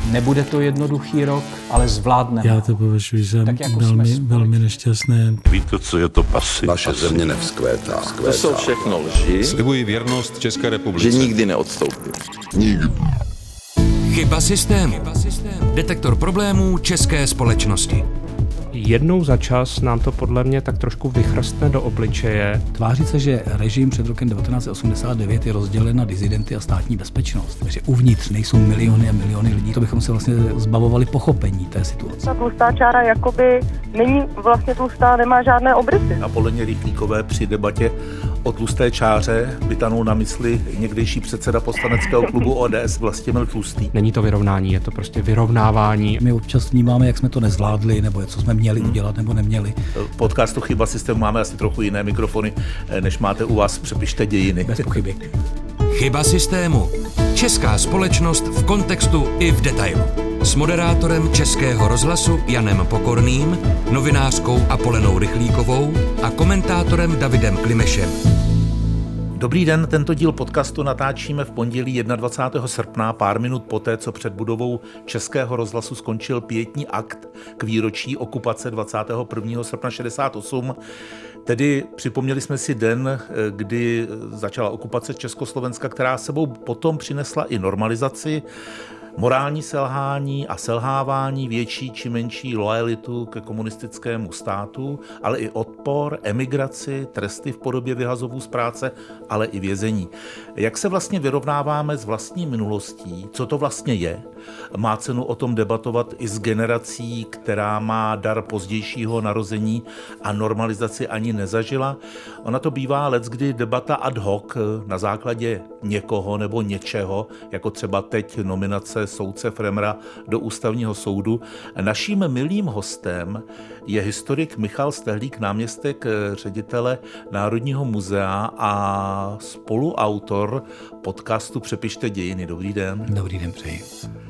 Nebude to jednoduchý rok, ale zvládneme. Já to považuji za velmi nešťastné. Víte, co je to pasy? Naše země nevzkvétá. To jsou všechno lži. Slibuji věrnost České republice. Že nikdy neodstoupím. Nikdy. Chyba systému. Detektor problémů české společnosti. Jednou za čas nám to podle mě tak trošku vychrstne do obličeje. Tváří se, že režim před rokem 1989 je rozdělen na dizidenty a státní bezpečnost. Takže uvnitř nejsou miliony a miliony lidí. To bychom se vlastně zbavovali pochopení té situace. Ta tlustá čára jakoby není vlastně tlustá, nemá žádné obrysy. A podle mě Rychlíkové při debatě o tlusté čáře vytanul na mysli někdejší předseda poslaneckého klubu ODS Vlastimil Tlustý. Není to vyrovnání, je to prostě vyrovnávání. My občas vnímáme, jak jsme to nezvládli, nebo co jsme měli udělat nebo neměli. V podcastu Chyba systému máme asi trochu jiné mikrofony, než máte u vás Přepište dějiny. Bez pochyby. Chyba systému. Česká společnost v kontextu i v detailu. S moderátorem Českého rozhlasu Janem Pokorným, novinářkou Apolenou Rychlíkovou a komentátorem Davidem Klimešem. Dobrý den, tento díl podcastu natáčíme v pondělí 21. srpna, pár minut poté, co před budovou Českého rozhlasu skončil pietní akt k výročí okupace 21. srpna 68. Tedy připomněli jsme si den, kdy začala okupace Československa, která sebou potom přinesla i normalizaci, morální selhání a selhávání, větší či menší loajalitu ke komunistickému státu, ale i odpor, emigraci, tresty v podobě vyhazovů z práce, ale i vězení. Jak se vlastně vyrovnáváme s vlastní minulostí, co to vlastně je? Má cenu o tom debatovat i s generací, která má dar pozdějšího narození a normalizaci ani nezažila. Ona to bývá leckdy debata ad hoc na základě někoho nebo něčeho, jako třeba teď nominace soudce Fremra do ústavního soudu. Naším milým hostem je historik Michal Stehlík, náměstek ředitele Národního muzea a spoluautor podcastu Přepište dějiny. Dobrý den. Dobrý den, přeji.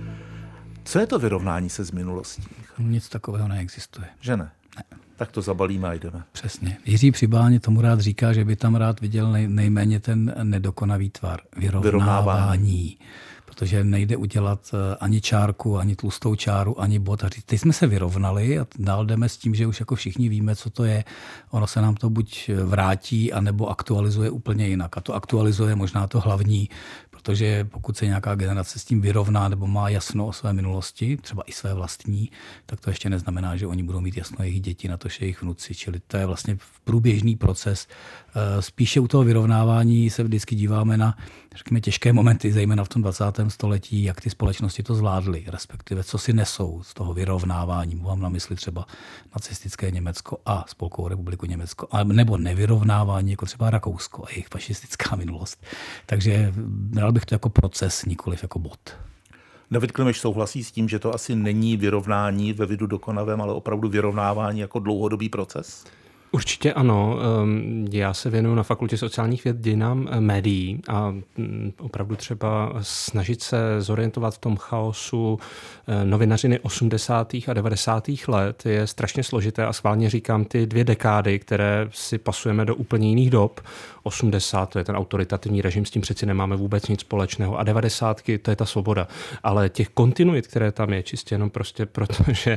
Co je to vyrovnání se s minulostí? Nic takového neexistuje. Že ne? Ne. Tak to zabalíme a jdeme. Přesně. Jiří Přibáně tomu rád říká, že by tam rád viděl nejméně ten nedokonavý tvar. Vyrovnávání. Protože nejde udělat ani čárku, ani tlustou čáru, ani bod a říct, teď jsme se vyrovnali a dál jdeme s tím, že už jako všichni víme, co to je. Ono se nám to buď vrátí, anebo aktualizuje úplně jinak. A to aktualizuje možná to hlavní, protože pokud se nějaká generace s tím vyrovná nebo má jasno o své minulosti, třeba i své vlastní, tak to ještě neznamená, že oni budou mít jasno jejich děti, na to, že jejich vnuci. Čili to je vlastně průběžný proces. Spíše u toho vyrovnávání se vždycky díváme na, řekněme, těžké momenty, zejména v tom 20. století, jak ty společnosti to zvládly, respektive co si nesou z toho vyrovnávání. Mám na mysli třeba nacistické Německo a Spolkovou republiku Německo, nebo nevyrovnávání, jako třeba Rakousko a jejich fašistická minulost. Takže bral bych to jako proces, nikoliv jako bod. David Klimeš souhlasí s tím, že to asi není vyrovnání ve vidu dokonavém, ale opravdu vyrovnávání jako dlouhodobý proces? Určitě ano. Já se věnuju na Fakultě sociálních věd dějinám médií a opravdu třeba snažit se zorientovat v tom chaosu novinařiny 80. a 90. let je strašně složité a schválně říkám ty 2 dekády, které si pasujeme do úplně jiných dob. 80, to je ten autoritativní režim, s tím přeci nemáme vůbec nic společného a 90, to je ta svoboda. Ale těch kontinuit, které tam je, čistě jenom prostě protože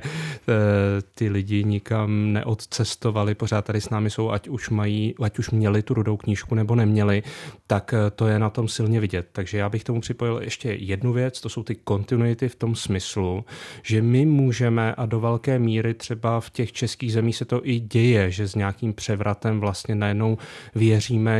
ty lidi nikam neodcestovali, pořád tady s námi jsou, ať už měli tu Rudou knížku nebo neměli, tak to je na tom silně vidět. Takže já bych tomu připojil ještě jednu věc, to jsou ty kontinuity v tom smyslu, že my můžeme a do velké míry třeba v těch českých zemích se to i děje, že s nějakým převratem vlastně najednou věříme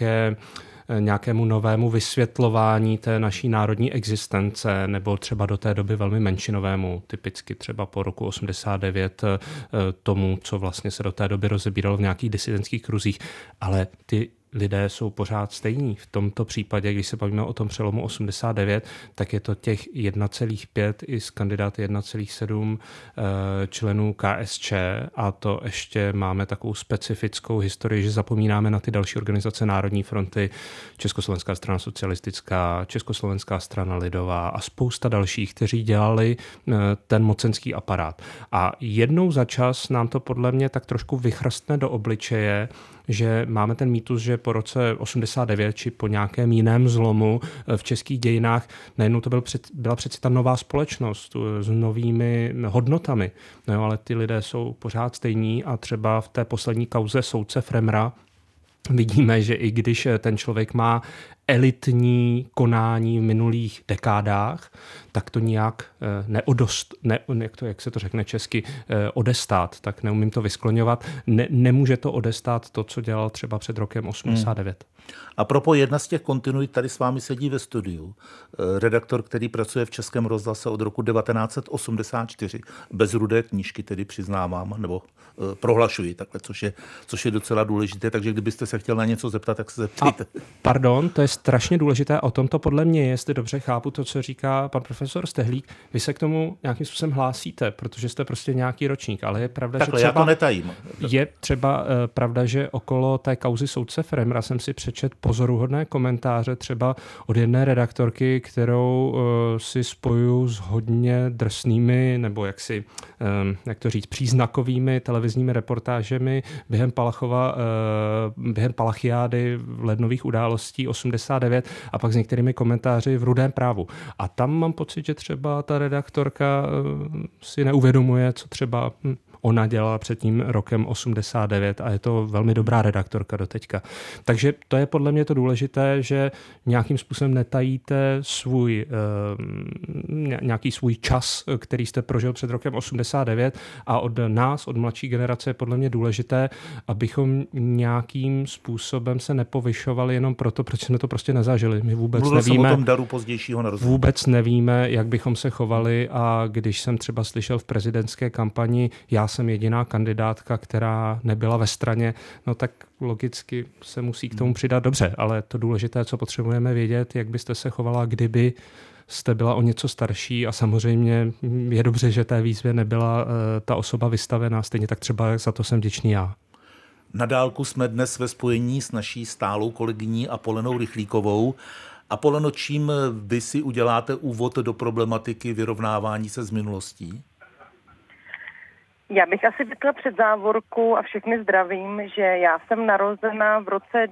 nějakému novému vysvětlování té naší národní existence nebo třeba do té doby velmi menšinovému, typicky třeba po roku 89 tomu, co vlastně se do té doby rozebíralo v nějakých disidentských kruzích, ale ty lidé jsou pořád stejní. V tomto případě, když se bavíme o tom přelomu 89, tak je to těch 1,5 i z kandidáty 1,7 členů KSČ a to ještě máme takovou specifickou historii, že zapomínáme na ty další organizace Národní fronty, Československá strana socialistická, Československá strana lidová a spousta dalších, kteří dělali ten mocenský aparát. A jednou za čas nám to podle mě tak trošku vychrstne do obličeje, že máme ten mýtus, že po roce 89 či po nějakém jiném zlomu v českých dějinách najednou to byla přeci ta nová společnost s novými hodnotami. No, ale ty lidé jsou pořád stejní a třeba v té poslední kauze soudce Fremra vidíme, že i když ten člověk má elitní konání v minulých dekádách, tak to nijak jak se to řekne česky, odestát, tak neumím to vyskloňovat. Nemůže to odestát to, co dělal třeba před rokem 89. A propos jedna z těch kontinuit tady s vámi sedí ve studiu. Redaktor, který pracuje v Českém rozhlase od roku 1984. Bez rudé knížky tedy přiznávám, nebo prohlašuji takhle, což je docela důležité, takže kdybyste se chtěl na něco zeptat, tak se zeptejte. Pardon, to je strašně důležité, o tom to podle mě je, jestli dobře chápu to, co říká pan profesor Stehlík. Vy se k tomu nějakým způsobem hlásíte, protože jste prostě nějaký ročník, ale je pravda, takhle, že třeba já to netajím. Je třeba pravda, že okolo té kauzy soudce Fremra jsem si přečet pozoruhodné komentáře třeba od jedné redaktorky, kterou si spojuju s hodně drsnými, nebo jak to říct, příznakovými televizními reportážemi během Palachiády v lednových událostí 89 a pak s některými komentáři v Rudém právu. A tam mám pocit, že třeba ta redaktorka si neuvědomuje, co třeba ona dělala před tím rokem 89 a je to velmi dobrá redaktorka doteďka. Takže to je podle mě to důležité, že nějakým způsobem netajíte nějaký svůj čas, který jste prožil před rokem 89 a od nás, od mladší generace je podle mě důležité, abychom nějakým způsobem se nepovyšovali jenom proto, proč jsme to prostě nezažili. My vůbec nevíme, o tom daru pozdějšího narození. Vůbec nevíme, jak bychom se chovali a když jsem třeba slyšel v prezidentské kampani, já jsem jediná kandidátka, která nebyla ve straně, no tak logicky se musí k tomu přidat dobře, ale to důležité, co potřebujeme vědět, jak byste se chovala, kdyby jste byla o něco starší a samozřejmě je dobře, že té výzvě nebyla ta osoba vystavená, stejně tak třeba za to jsem vděčný já. Na dálku jsme dnes ve spojení s naší stálou kolegyní Apolenou Rychlíkovou. Apoleno, čím vy si uděláte úvod do problematiky vyrovnávání se s minulostí? Já bych asi vytkla před závorku a všechny zdravím, že já jsem narozena v roce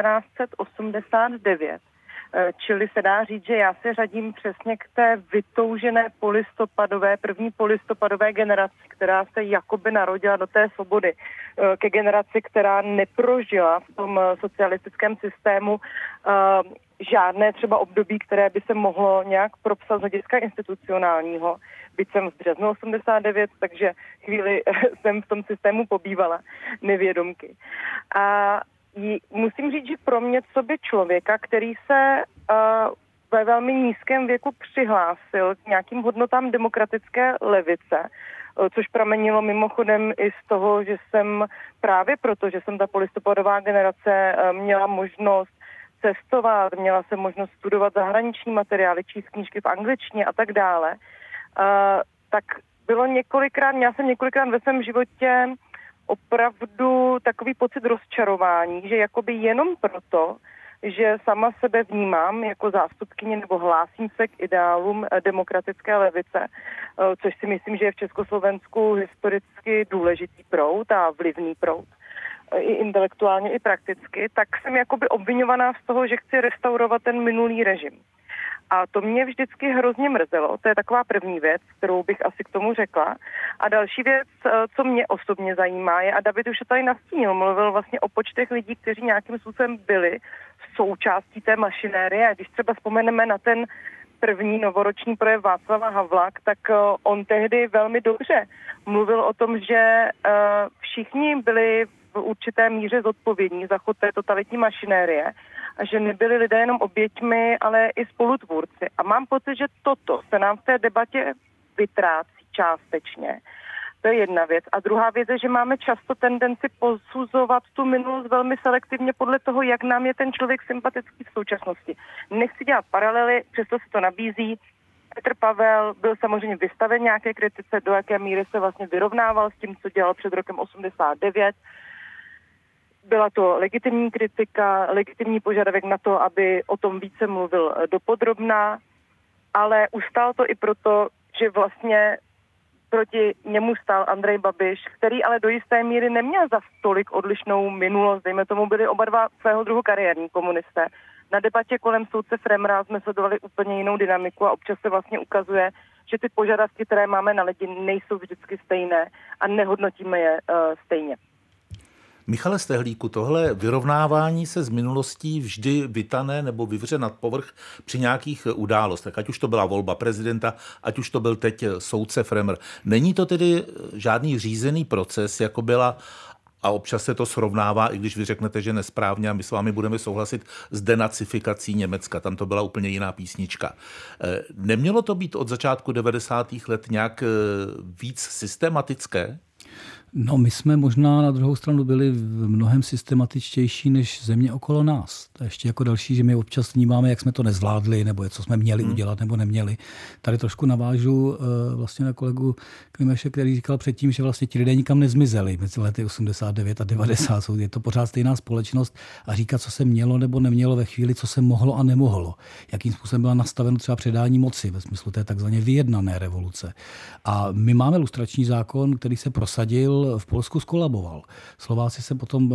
1989. Čili se dá říct, že já se řadím přesně k té vytoužené první polistopadové generaci, která se jakoby narodila do té svobody. Ke generaci, která neprožila v tom socialistickém systému žádné třeba období, které by se mohlo nějak propsat z hlediska institucionálního. Byť jsem v březnu 89, takže chvíli jsem v tom systému pobývala nevědomky. A musím říct, že pro mě coby člověka, který se ve velmi nízkém věku přihlásil k nějakým hodnotám demokratické levice, což pramenilo mimochodem i z toho, že jsem právě proto, že jsem ta polistopadová generace měla možnost cestovat, měla jsem možnost studovat zahraniční materiály, číst knížky v angličtině a tak dále, tak měla jsem několikrát ve svém životě opravdu takový pocit rozčarování, že jakoby jenom proto, že sama sebe vnímám jako zástupkyně nebo hlásím se k ideálům demokratické levice, což si myslím, že je v Československu historicky důležitý proud a vlivný proud, i intelektuálně, i prakticky, tak jsem jakoby obviňovaná z toho, že chci restaurovat ten minulý režim. A to mě vždycky hrozně mrzelo. To je taková první věc, kterou bych asi k tomu řekla. A další věc, co mě osobně zajímá, je, a David už to tady nastínil, mluvil vlastně o počtech lidí, kteří nějakým způsobem byli součástí té mašinérie. A když třeba vzpomeneme na ten první novoroční projev Václava Havla, tak on tehdy velmi dobře mluvil o tom, že všichni byli v určité míře zodpovědní za chod té totalitní mašinérie a že nebyli lidé jenom oběťmi, ale i spolutvůrci. A mám pocit, že toto se nám v té debatě vytrácí částečně. To je jedna věc. A druhá věc je, že máme často tendenci posuzovat tu minulost velmi selektivně podle toho, jak nám je ten člověk sympatický v současnosti. Nechci dělat paralely, přesto se to nabízí. Petr Pavel byl samozřejmě vystaven nějaké kritice, do jaké míry se vlastně vyrovnával s tím, co dělal před rokem 89. Byla to legitimní kritika, legitimní požadavek na to, aby o tom více mluvil dopodrobna, ale ustál to i proto, že vlastně Proti němu stál Andrej Babiš, který ale do jisté míry neměl za tolik odlišnou minulost. Dejme tomu, byli oba dva svého druhu kariérní komunisté. Na debatě kolem soudce Fremra jsme sledovali úplně jinou dynamiku a občas se vlastně ukazuje, že ty požadavky, které máme na lidi, nejsou vždycky stejné a nehodnotíme je stejně. Michale Stehlíku, tohle vyrovnávání se z minulostí vždy vytane nebo vyvře nad povrch při nějakých událostech, ať už to byla volba prezidenta, ať už to byl teď soudce Fremr. Není to tedy žádný řízený proces, jako byla, a občas se to srovnává, i když vy řeknete, že nesprávně, a my s vámi budeme souhlasit, s denacifikací Německa. Tam to byla úplně jiná písnička. Nemělo to být od začátku 90. let nějak víc systematické? No, my jsme možná na druhou stranu byli mnohem systematičtější než země okolo nás. To je ještě jako další, že my občas vnímáme, jak jsme to nezvládli, nebo co jsme měli udělat, nebo neměli. Tady trošku navážu vlastně na kolegu Klimeše, který říkal předtím, že vlastně ti lidé nikam nezmizeli mezi lety 89 a 90. Je to pořád stejná společnost a říkat, co se mělo nebo nemělo ve chvíli, co se mohlo a nemohlo. Jakým způsobem byla nastaveno třeba předání moci ve smyslu té takzvaně vyjednané revoluce. A my máme lustrační zákon, který se prosadil, v Polsku skolaboval. Slováci se potom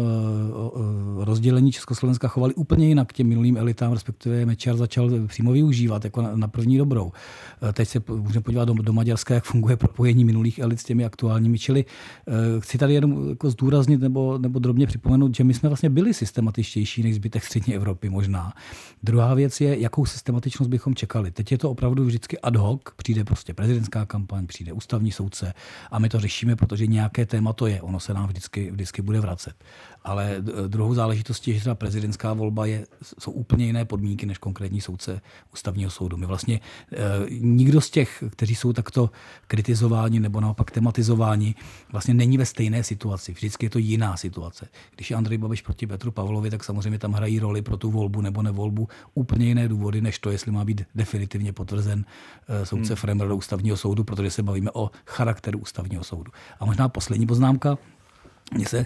rozdělení Československa chovali úplně jinak k těm minulým elitám, respektive Mečiar začal přímo využívat jako na první dobrou. Teď se můžeme podívat do Maďarska, jak funguje propojení minulých elit s těmi aktuálními. Čili chci tady jenom jako zdůraznit nebo drobně připomenout, že my jsme vlastně byli systematičtější než zbytek střední Evropy možná. Druhá věc je, jakou systematičnost bychom čekali. Teď je to opravdu vždycky ad hoc, přijde prostě prezidentská kampaň, přijde ústavní soudce a my to řešíme, protože nějaké téma to je, ono se nám vždycky bude vracet. Ale druhou záležitostí je, že třeba prezidentská volba jsou úplně jiné podmínky než konkrétní soudce ústavního soudu. My vlastně nikdo z těch, kteří jsou takto kritizováni nebo naopak tematizováni, vlastně není ve stejné situaci. Vždycky je to jiná situace. Když je Andrej Babiš proti Petru Pavlovi, tak samozřejmě tam hrají roli pro tu volbu nebo nevolbu úplně jiné důvody, než to, jestli má být definitivně potvrzen soudce Fremr do ústavního soudu, protože se bavíme o charakteru ústavního soudu. A možná poslední poznámka. Mně se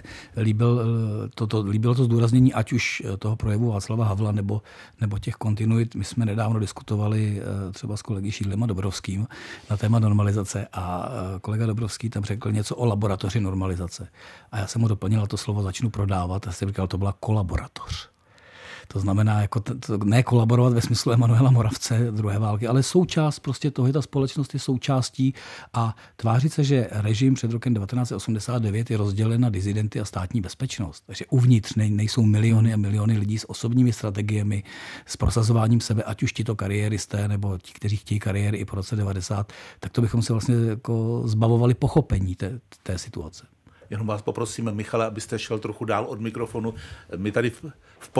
líbilo to zdůraznění, ať už toho projevu Václava Havla nebo těch kontinuit. My jsme nedávno diskutovali třeba s kolegy Šídlem a Dobrovským na téma normalizace a kolega Dobrovský tam řekl něco o laboratoři normalizace. A já jsem mu doplnil, to slovo začnu prodávat a jsem říkal, to byla kolaboratoř. To znamená, jako ne kolaborovat ve smyslu Emanuela Moravce druhé války, ale součást prostě toho, ta společnost je součástí a tvářit se, že režim před rokem 1989 je rozdělen na dizidenty a státní bezpečnost. Takže uvnitř nejsou miliony a miliony lidí s osobními strategiemi, s prosazováním sebe, ať už tito kariéristé nebo ti, kteří chtějí kariéry i po roce 90, tak to bychom se vlastně jako zbavovali pochopení té situace. Jenom vás poprosím, Michale, abyste šel trochu dál od mikrofonu. My tady v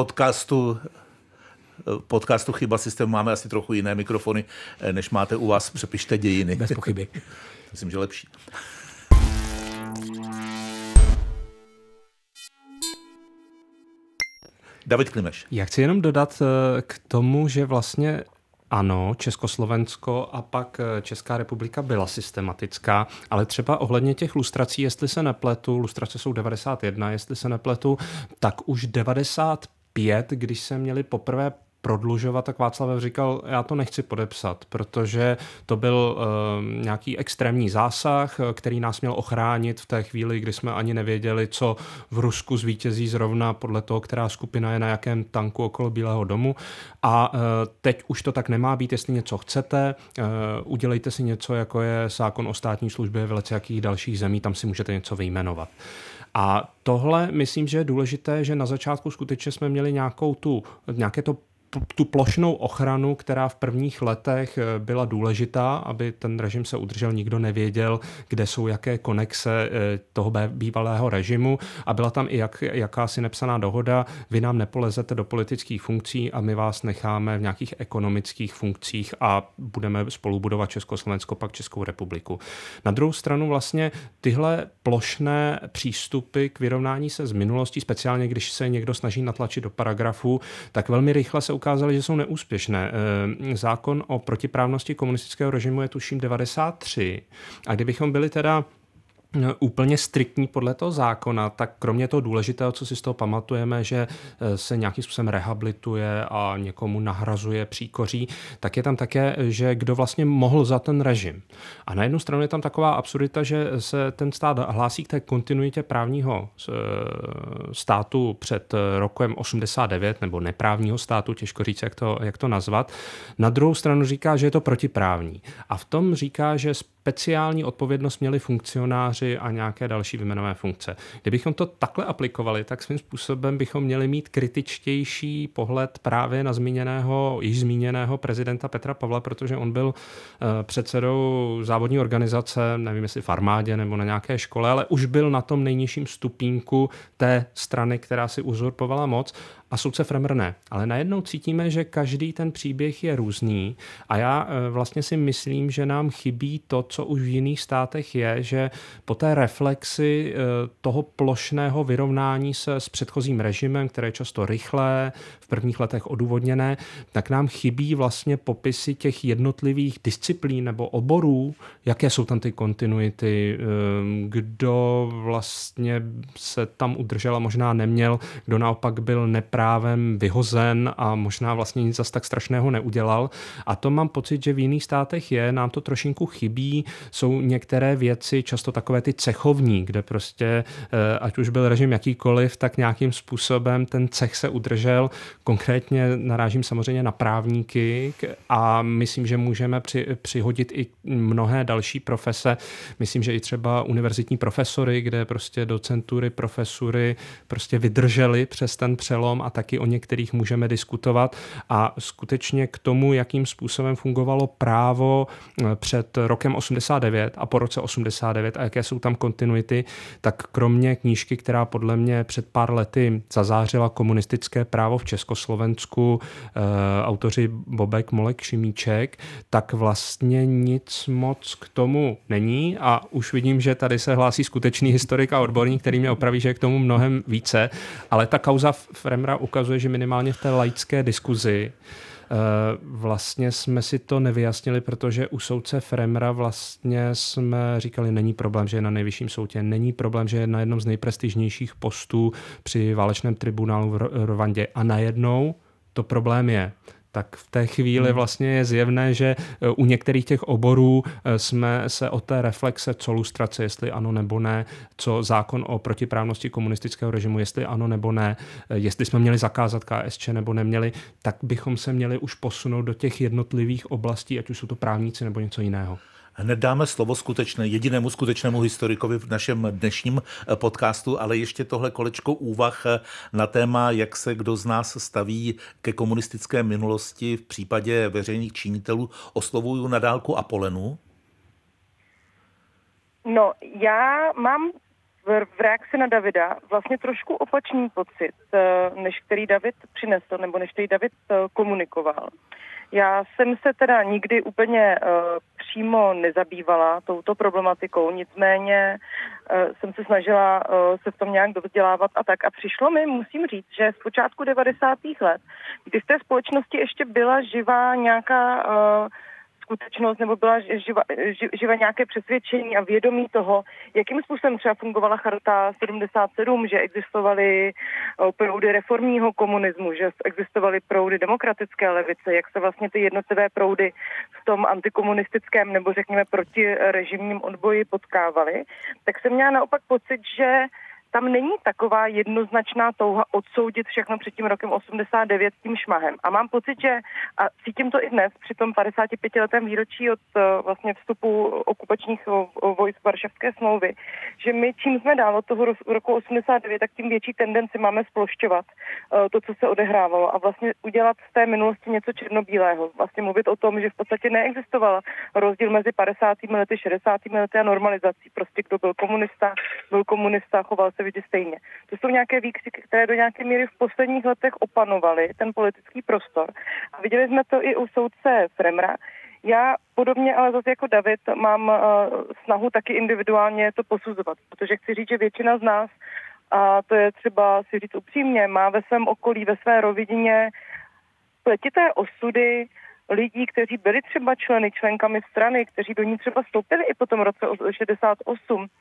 podcastu Chyba systému máme asi trochu jiné mikrofony, než máte u vás. Přepište dějiny. Bez pochyby. Myslím, že lepší. David Klimeš. Já chci jenom dodat k tomu, že vlastně ano, Československo a pak Česká republika byla systematická, ale třeba ohledně těch lustrací, jestli se nepletu, lustrace jsou 91, jestli se nepletu, tak už 95, když se měli poprvé prodlužovat, tak Václav říkal, já to nechci podepsat, protože to byl nějaký extrémní zásah, který nás měl ochránit v té chvíli, kdy jsme ani nevěděli, co v Rusku zvítězí zrovna podle toho, která skupina je na jakém tanku okolo Bílého domu. A teď už to tak nemá být, jestli něco chcete, udělejte si něco, jako je zákon o státní službě v jakých dalších zemí, tam si můžete něco vyjmenovat. A tohle myslím, že je důležité, že na začátku skutečně jsme měli nějaké tu plošnou ochranu, která v prvních letech byla důležitá, aby ten režim se udržel, nikdo nevěděl, kde jsou jaké konexe toho bývalého režimu a byla tam i jakási nepsaná dohoda, vy nám nepolezete do politických funkcí a my vás necháme v nějakých ekonomických funkcích a budeme spolu budovat Československo, pak Českou republiku. Na druhou stranu vlastně tyhle plošné přístupy k vyrovnání se s minulostí, speciálně když se někdo snaží natlačit do paragrafu, tak velmi rychle se ukázali, že jsou neúspěšné. Zákon o protiprávnosti komunistického režimu je tuším 93 a kdybychom byli teda úplně striktní podle toho zákona, tak kromě toho důležitého, co si z toho pamatujeme, že se nějakým způsobem rehabilituje a někomu nahrazuje příkoří, tak je tam také, že kdo vlastně mohl za ten režim. A na jednu stranu je tam taková absurdita, že se ten stát hlásí k té kontinuitě právního státu před rokem 89, nebo neprávního státu, těžko říct, jak to nazvat. Na druhou stranu říká, že je to protiprávní. A v tom říká, že speciální odpovědnost měli funkcionáři a nějaké další vyjmenované funkce. Kdybychom to takhle aplikovali, tak svým způsobem bychom měli mít kritičtější pohled právě na již zmíněného prezidenta Petra Pavla, protože on byl předsedou závodní organizace, nevím jestli v armádě nebo na nějaké škole, ale už byl na tom nejnižším stupínku té strany, která si uzurpovala moc, a soudce Fremr ne. Ale najednou cítíme, že každý ten příběh je různý a já vlastně si myslím, že nám chybí to, co už v jiných státech je, že po té reflexi toho plošného vyrovnání se s předchozím režimem, které je často rychlé, v prvních letech odůvodněné, tak nám chybí vlastně popisy těch jednotlivých disciplín nebo oborů, jaké jsou tam ty kontinuity, kdo vlastně se tam udržel a možná neměl, kdo naopak byl právem vyhozen a možná vlastně nic zas tak strašného neudělal. A to mám pocit, že v jiných státech nám to trošinku chybí. Jsou některé věci, často takové ty cechovní, kde prostě, ať už byl režim jakýkoliv, tak nějakým způsobem ten cech se udržel. Konkrétně narážím samozřejmě na právníky a myslím, že můžeme přihodit i mnohé další profese. Myslím, že i třeba univerzitní profesory, kde prostě docentury, profesury prostě vydrželi přes ten přelom a taky o některých můžeme diskutovat. A skutečně k tomu, jakým způsobem fungovalo právo před rokem 89 a po roce 89 a jaké jsou tam kontinuity, tak kromě knížky, která podle mě před pár lety zazářila komunistické právo v Československu, autoři Bobek, Molek, Šimíček, tak vlastně nic moc k tomu není a už vidím, že tady se hlásí skutečný historik a odborník, který mě opraví, že je k tomu mnohem více, ale ta kauza Fremra ukazuje, že minimálně v té laické diskuzi vlastně jsme si to nevyjasnili, protože u soudce Fremra vlastně jsme říkali, není problém, že je na nejvyšším soudě, není problém, že je na jednom z nejprestižnějších postů při válečném tribunálu v Rwandě a najednou to problém je. Tak v té chvíli vlastně je zjevné, že u některých těch oborů jsme se od té reflexe, co lustrace, jestli ano nebo ne, co zákon o protiprávnosti komunistického režimu, jestli ano nebo ne, jestli jsme měli zakázat KSČ nebo neměli, tak bychom se měli už posunout do těch jednotlivých oblastí, ať už jsou to právníci nebo něco jiného. Hned dáme slovo jedinému skutečnému historikovi v našem dnešním podcastu, ale ještě tohle kolečko úvah na téma, jak se kdo z nás staví ke komunistické minulosti v případě veřejných činitelů. Oslovuju na dálku Apolenu. No, já mám v reakci na Davida vlastně trošku opačný pocit, než který David přinesl, nebo než který David komunikoval. Já jsem se teda nikdy úplně přímo nezabývala touto problematikou, nicméně jsem se snažila se v tom nějak dovzdělávat a tak. A přišlo mi, musím říct, že z počátku 90. let, kdy v té společnosti ještě byla živá nějaká skutečnost nebo byla živé nějaké přesvědčení a vědomí toho, jakým způsobem třeba fungovala Charta 77, že existovaly proudy reformního komunismu, že existovaly proudy demokratické levice, jak se vlastně ty jednotlivé proudy v tom antikomunistickém nebo řekněme protirežimním odboji potkávaly, tak jsem měla naopak pocit, že tam není taková jednoznačná touha odsoudit všechno před tím rokem 89 tím šmahem. A mám pocit, že, a cítím to i dnes, při tom 55letém výročí od vlastně vstupu okupačních vojsk Varšavské smlouvy, že my čím jsme dál od toho roku 89, tak tím větší tendenci máme splošťovat to, co se odehrávalo a vlastně udělat z té minulosti něco černobílého. Vlastně mluvit o tom, že v podstatě neexistoval rozdíl mezi 50. lety, 60. lety a normalizací. Prostě kdo byl komunista, choval se vždy stejně. To jsou nějaké výkřiky, které do nějaké míry v posledních letech opanovaly ten politický prostor. A viděli jsme to i u soudce Fremra. Já podobně, ale zase jako David, mám snahu taky individuálně to posuzovat, protože chci říct, že většina z nás, a to je třeba si říct upřímně, má ve svém okolí, ve své rovině pletité osudy lidí, kteří byli třeba členkami strany, kteří do ní třeba vstoupili i po tom roce 68.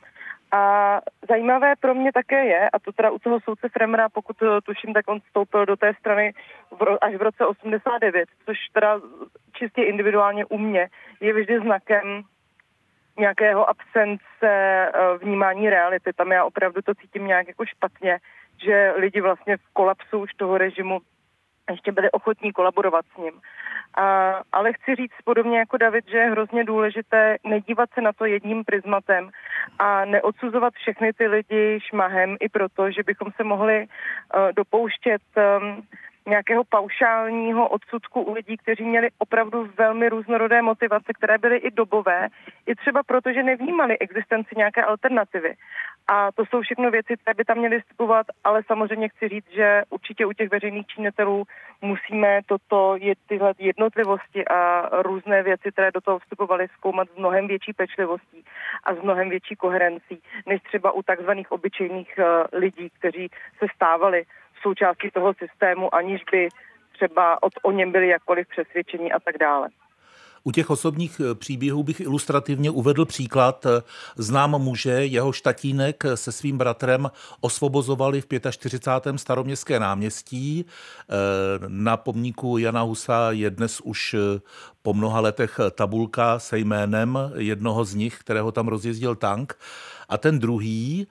A zajímavé pro mě také je, a to teda u toho soudce Fremera, pokud tuším, tak on vstoupil do té strany až v roce 89, což teda čistě individuálně u mě je vždy znakem nějakého absence vnímání reality. Tam já opravdu to cítím nějak jako špatně, že lidi vlastně v kolapsu už toho režimu ještě byli ochotní kolaborovat s ním. Ale chci říct podobně jako David, že je hrozně důležité nedívat se na to jedním prismatem a neodsuzovat všechny ty lidi šmahem i proto, že bychom se mohli dopouštět nějakého paušálního odsudku u lidí, kteří měli opravdu velmi různorodé motivace, které byly i dobové, i třeba proto, že nevnímali existenci nějaké alternativy. A to jsou všechno věci, které by tam měly vstupovat, ale samozřejmě chci říct, že určitě u těch veřejných činitelů musíme tyhle jednotlivosti a různé věci, které do toho vstupovaly, zkoumat s mnohem větší pečlivostí a s mnohem větší koherencí, než třeba u takzvaných obyčejných lidí, kteří se stávali součástí toho systému, aniž by třeba o něm byli jakkoliv přesvědčení a tak dále. U těch osobních příběhů bych ilustrativně uvedl příklad. Znám muže, jehož tatínek se svým bratrem osvobozovali v 45. Staroměstské náměstí. Na pomníku Jana Husa je dnes už po mnoha letech tabulka se jménem jednoho z nich, kterého tam rozjezdil tank. A ten druhý,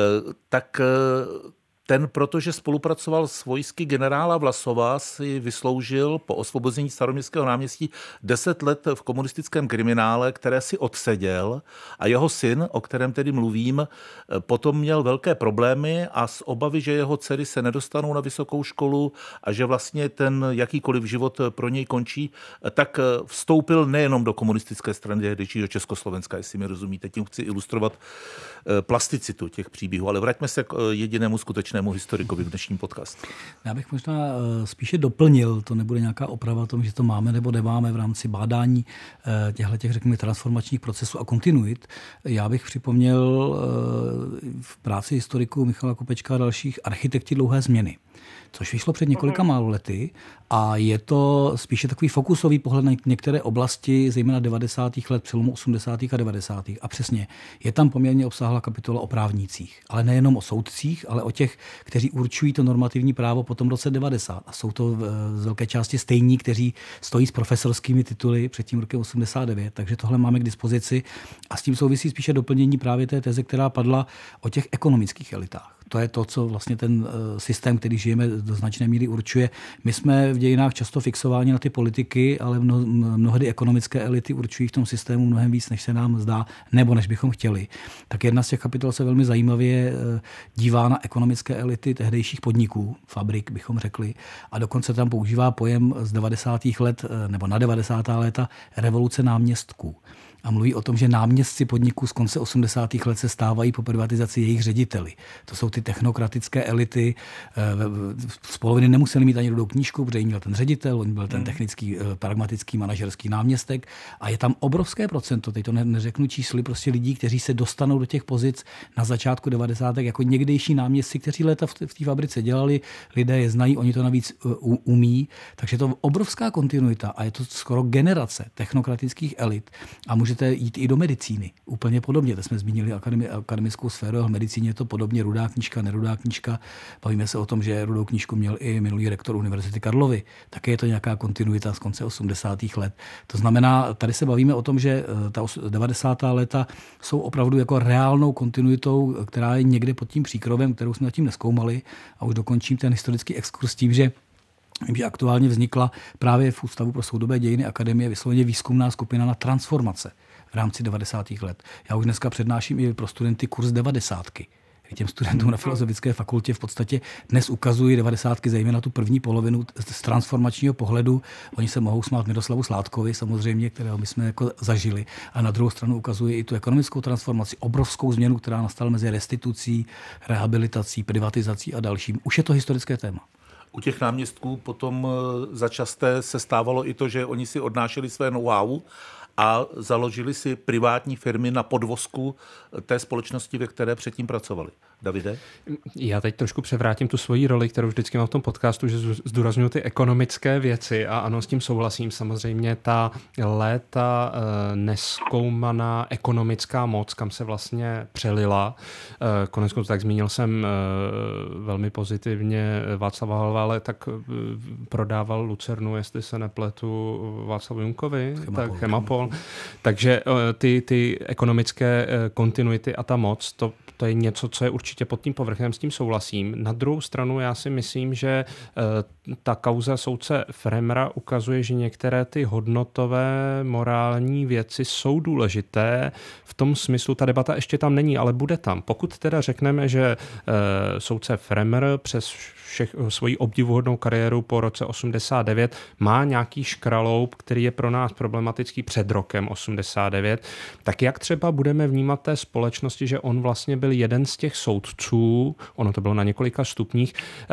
ten, protože spolupracoval s vojsky generála Vlasova, si vysloužil po osvobození Staroměstského náměstí 10 let v komunistickém kriminále, které si odseděl, a jeho syn, o kterém tedy mluvím, potom měl velké problémy a z obavy, že jeho dcery se nedostanou na vysokou školu a že vlastně ten jakýkoliv život pro něj končí, tak vstoupil nejenom do komunistické strany tehdejší do Československa, jestli mi rozumíte. Tím chci ilustrovat plasticitu těch příběhů, ale vraťme se k jedinému skutečnému historikovi v dnešním podcastu. Já bych možná spíše doplnil, to nebude nějaká oprava o tom, že to máme nebo nemáme v rámci bádání těchto, řekněme, transformačních procesů a kontinuit. Já bych připomněl v práci historiků Michala Kopečka a dalších Architekti dlouhé změny, což vyšlo před několika málo lety a je to spíše takový fokusový pohled na některé oblasti, zejména 90. let, přelomu 80. a 90. A přesně, je tam poměrně obsáhlá kapitola o právnících, ale nejenom o soudcích, ale o těch, kteří určují to normativní právo po tom roce 90. A jsou to z velké části stejní, kteří stojí s profesorskými tituly před tím rokem 89, takže tohle máme k dispozici a s tím souvisí spíše doplnění právě té teze, která padla o těch ekonomických elitách. To je to, co vlastně ten systém, který žijeme, do značné míry určuje. My jsme v dějinách často fixováni na ty politiky, ale mnohdy ekonomické elity určují v tom systému mnohem víc, než se nám zdá, nebo než bychom chtěli. Tak jedna z těch kapitol se velmi zajímavě dívá na ekonomické elity tehdejších podniků, fabrik bychom řekli, a dokonce tam používá pojem z 90. let nebo na 90. léta revoluce náměstků. A mluví o tom, že náměstci podniků z konce 80. let se stávají po privatizaci jejich řediteli. To jsou ty technokratické elity. Z poloviny nemuseli mít ani rudou knížku, protože jim byl ten ředitel, on byl ten technický, pragmatický, manažerský náměstek. A je tam obrovské procento, teď to neřeknu čísly, prostě lidí, kteří se dostanou do těch pozic na začátku 90. jako někdejší náměstci, kteří léta v té fabrice dělali, lidé je znají, oni to navíc umí. Takže to obrovská kontinuita a je to skoro generace technokratických elit. A můžete jít i do medicíny. Úplně podobně. To jsme zmínili akademickou sféru, a v medicíně je to podobně rudá knížka, nerudá knížka. Bavíme se o tom, že rudou knížku měl i minulý rektor Univerzity Karlovy. Také je to nějaká kontinuita z konce 80. let. To znamená, tady se bavíme o tom, že ta 90. léta jsou opravdu jako reálnou kontinuitou, která je někde pod tím příkrovem, kterou jsme zatím nezkoumali. A už dokončím ten historický exkurs tím, že aktuálně vznikla právě v Ústavu pro soudobé dějiny akademie vysloveně výzkumná skupina na transformace v rámci 90. let. Já už dneska přednáším i pro studenty kurz 90. Těm studentům na Filozofické fakultě v podstatě dnes ukazují 90. zejména tu první polovinu z transformačního pohledu. Oni se mohou smát Miroslavu Sládkovi samozřejmě, kterého my jsme jako zažili. A na druhou stranu ukazují i tu ekonomickou transformaci, obrovskou změnu, která nastala mezi restitucí, rehabilitací, privatizací a dalším. Už je to historické téma. U těch náměstků potom začasté se stávalo i to, že oni si odnášeli své know-how a založili si privátní firmy na podvozku té společnosti, ve které předtím pracovali. Davide? Já teď trošku převrátím tu svoji roli, kterou vždycky mám v tom podcastu, že zdůraznuju ty ekonomické věci a ano, s tím souhlasím. Samozřejmě ta léta nezkoumaná ekonomická moc, kam se vlastně přelila. Koneckonců tak zmínil jsem velmi pozitivně Václava Havla, ale tak prodával Lucernu, jestli se nepletu, Václavu Junkovi, tak Chemapol. Takže ty ekonomické kontinuity a ta moc, to je něco, co je určitě pod tím povrchem, s tím souhlasím. Na druhou stranu já si myslím, že ta kauza soudce Fremra ukazuje, že některé ty hodnotové morální věci jsou důležité. V tom smyslu ta debata ještě tam není, ale bude tam. Pokud teda řekneme, že soudce Fremr přes svoji obdivuhodnou kariéru po roce 89 má nějaký škraloup, který je pro nás problematický před rokem 89, tak jak třeba budeme vnímat té společnosti, že on vlastně byl jeden z těch soudců, ono to bylo na několika stupních,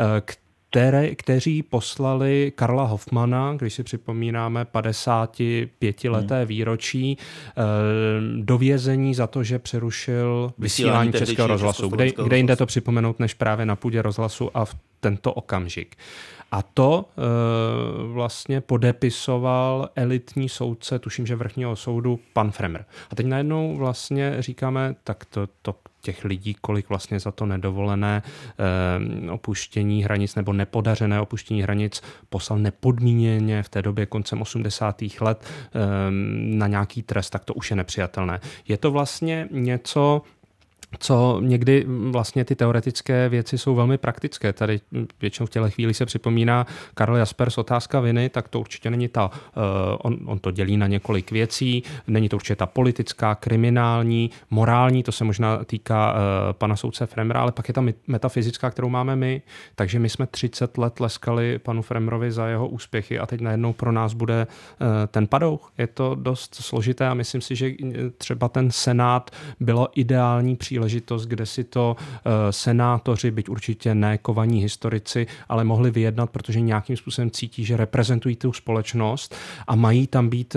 kteří poslali Karla Hoffmana, když si připomínáme 55leté výročí, do vězení za to, že přerušil vysílání Českého rozhlasu. Kde jinde to připomenout, než právě na půdě rozhlasu a v tento okamžik. A to vlastně podepisoval elitní soudce, tuším, že vrchního soudu, pan Fremr. A teď najednou vlastně říkáme, tak to těch lidí, kolik vlastně za to nedovolené opuštění hranic nebo nepodařené opuštění hranic poslal nepodmíněně v té době koncem 80. let na nějaký trest, tak to už je nepřijatelné. Je to vlastně něco, co někdy vlastně ty teoretické věci jsou velmi praktické. Tady většinou v těchto chvíli se připomíná Karl Jaspers Otázka viny, tak to určitě není ta, on to dělí na několik věcí, není to určitě ta politická, kriminální, morální, to se možná týká pana soudce Fremra, ale pak je ta metafyzická, kterou máme my, takže my jsme 30 let leskali panu Fremrovi za jeho úspěchy a teď najednou pro nás bude ten padouch. Je to dost složité a myslím si, že třeba ten Senát bylo ideální příležitost, kde si to senátoři, byť určitě ne kovaní historici, ale mohli vyjednat, protože nějakým způsobem cítí, že reprezentují tu společnost a mají tam být